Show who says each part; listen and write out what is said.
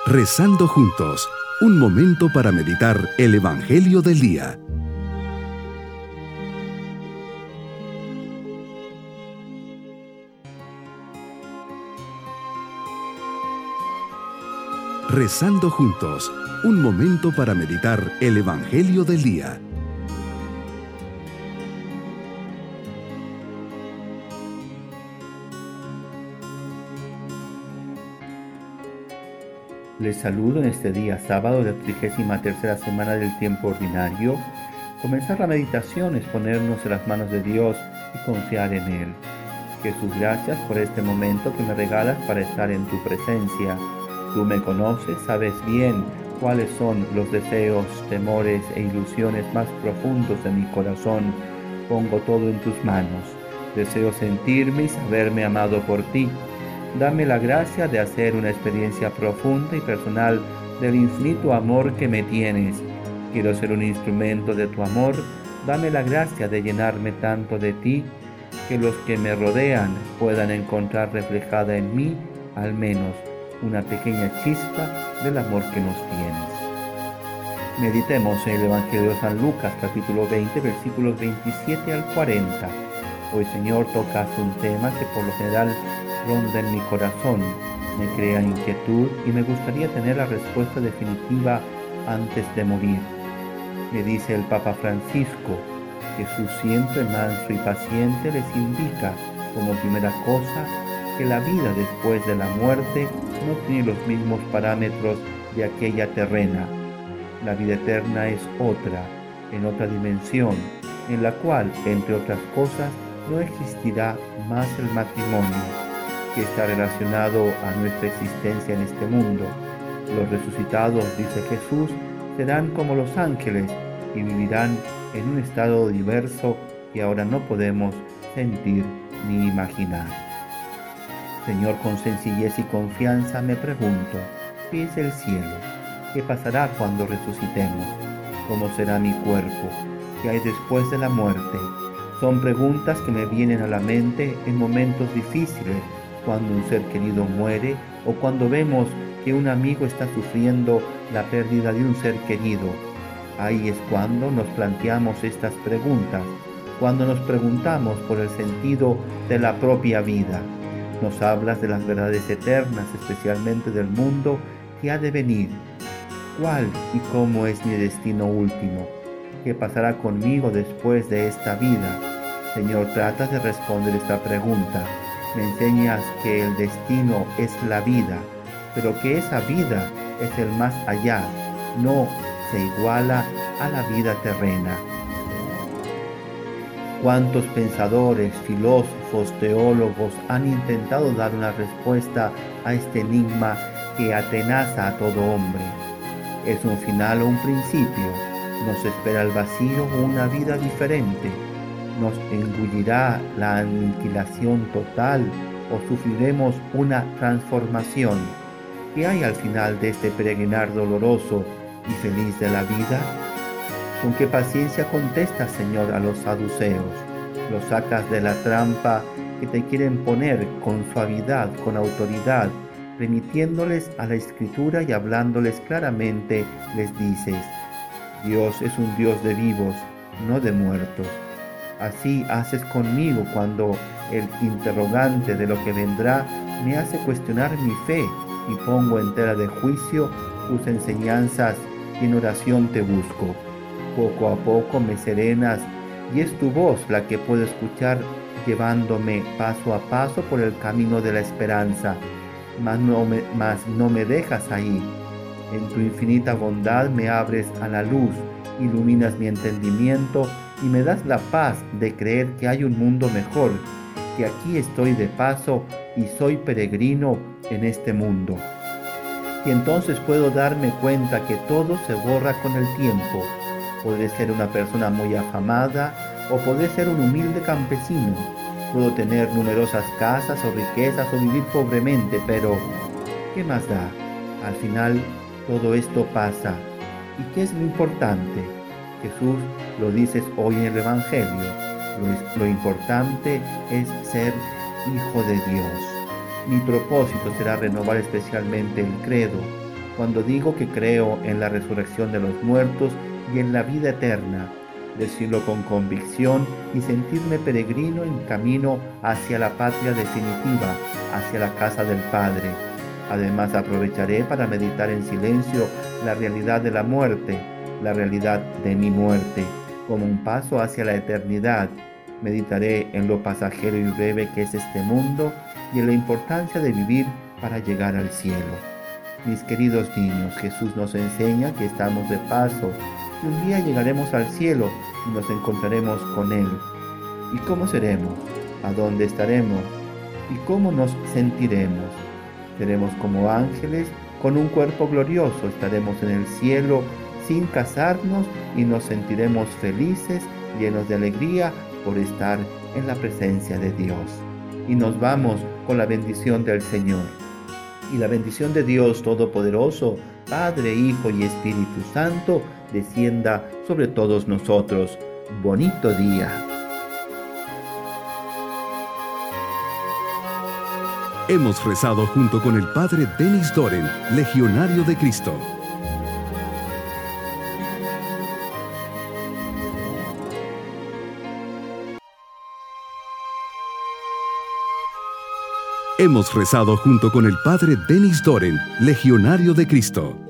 Speaker 1: Rezando juntos, un momento para meditar el Evangelio del día. Rezando juntos, un momento para meditar el Evangelio del día.
Speaker 2: Les saludo en este día sábado de la 33ª semana del tiempo ordinario. Comenzar la meditación es ponernos en las manos de Dios y confiar en Él. Jesús, gracias por este momento que me regalas para estar en tu presencia. Tú me conoces, sabes bien cuáles son los deseos, temores e ilusiones más profundos de mi corazón. Pongo todo en tus manos. Deseo sentirme y saberme amado por ti. Dame la gracia de hacer una experiencia profunda y personal del infinito amor que me tienes. Quiero ser un instrumento de tu amor. Dame la gracia de llenarme tanto de ti que los que me rodean puedan encontrar reflejada en mí, al menos, una pequeña chispa del amor que nos tienes. Meditemos en el Evangelio de San Lucas, capítulo 20, versículos 27 al 40. Hoy, Señor, tocas un tema que por lo general ronda en mi corazón, me crea inquietud y me gustaría tener la respuesta definitiva antes de morir. Me dice el Papa Francisco, Jesús siempre manso y paciente les indica como primera cosa que la vida después de la muerte no tiene los mismos parámetros de aquella terrena. La vida eterna es otra, en otra dimensión, en la cual, entre otras cosas, no existirá más el matrimonio, que está relacionado a nuestra existencia en este mundo. Los resucitados, dice Jesús, serán como los ángeles y vivirán en un estado diverso que ahora no podemos sentir ni imaginar. Señor, con sencillez y confianza me pregunto, ¿qué es el cielo? ¿Qué pasará cuando resucitemos? ¿Cómo será mi cuerpo? ¿Qué hay después de la muerte? Son preguntas que me vienen a la mente en momentos difíciles, cuando un ser querido muere o cuando vemos que un amigo está sufriendo la pérdida de un ser querido. Ahí es cuando nos planteamos estas preguntas, cuando nos preguntamos por el sentido de la propia vida. Nos hablas de las verdades eternas, especialmente del mundo que ha de venir. ¿Cuál y cómo es mi destino último? ¿Qué pasará conmigo después de esta vida? Señor, trata de responder esta pregunta. Me enseñas que el destino es la vida, pero que esa vida es el más allá, no se iguala a la vida terrena. ¿Cuántos pensadores, filósofos, teólogos han intentado dar una respuesta a este enigma que atenaza a todo hombre? ¿Es un final o un principio? ¿Nos espera el vacío o una vida diferente? ¿Nos engullirá la aniquilación total o sufriremos una transformación? ¿Qué hay al final de este peregrinar doloroso y feliz de la vida? ¿Con qué paciencia contestas, Señor, a los saduceos? Los sacas de la trampa que te quieren poner con suavidad, con autoridad, remitiéndoles a la Escritura y hablándoles claramente, les dices: Dios es un Dios de vivos, no de muertos. Así haces conmigo cuando el interrogante de lo que vendrá me hace cuestionar mi fe y pongo en tela de juicio tus enseñanzas y en oración te busco. Poco a poco me serenas y es tu voz la que puedo escuchar llevándome paso a paso por el camino de la esperanza. Mas no me dejas ahí. En tu infinita bondad me abres a la luz, iluminas mi entendimiento y me das la paz de creer que hay un mundo mejor, que aquí estoy de paso y soy peregrino en este mundo. Y entonces puedo darme cuenta que todo se borra con el tiempo. Podré ser una persona muy afamada o podré ser un humilde campesino. Puedo tener numerosas casas o riquezas o vivir pobremente, pero ¿qué más da? Al final todo esto pasa. ¿Y qué es lo importante? Jesús lo dices hoy en el Evangelio. Lo importante es ser hijo de Dios. Mi propósito será renovar especialmente el credo. cuando digo que creo en la resurrección de los muertos y en la vida eterna, decirlo con convicción y sentirme peregrino en camino hacia la patria definitiva, hacia la casa del Padre. Además, aprovecharé para meditar en silencio la realidad de la muerte, la realidad de mi muerte, como un paso hacia la eternidad. Meditaré en lo pasajero y breve que es este mundo y en la importancia de vivir para llegar al cielo. Mis queridos niños, Jesús nos enseña que estamos de paso y un día llegaremos al cielo y nos encontraremos con Él. ¿Y cómo seremos? ¿A dónde estaremos? ¿Y cómo nos sentiremos? Seremos como ángeles con un cuerpo glorioso, estaremos en el cielo sin casarnos y nos sentiremos felices, llenos de alegría por estar en la presencia de Dios. Y nos vamos con la bendición del Señor. Y la bendición de Dios Todopoderoso, Padre, Hijo y Espíritu Santo, descienda sobre todos nosotros. Bonito día.
Speaker 1: Hemos rezado junto con el Padre Denis Doren, Legionario de Cristo. Hemos rezado junto con el Padre Denis Doren, Legionario de Cristo.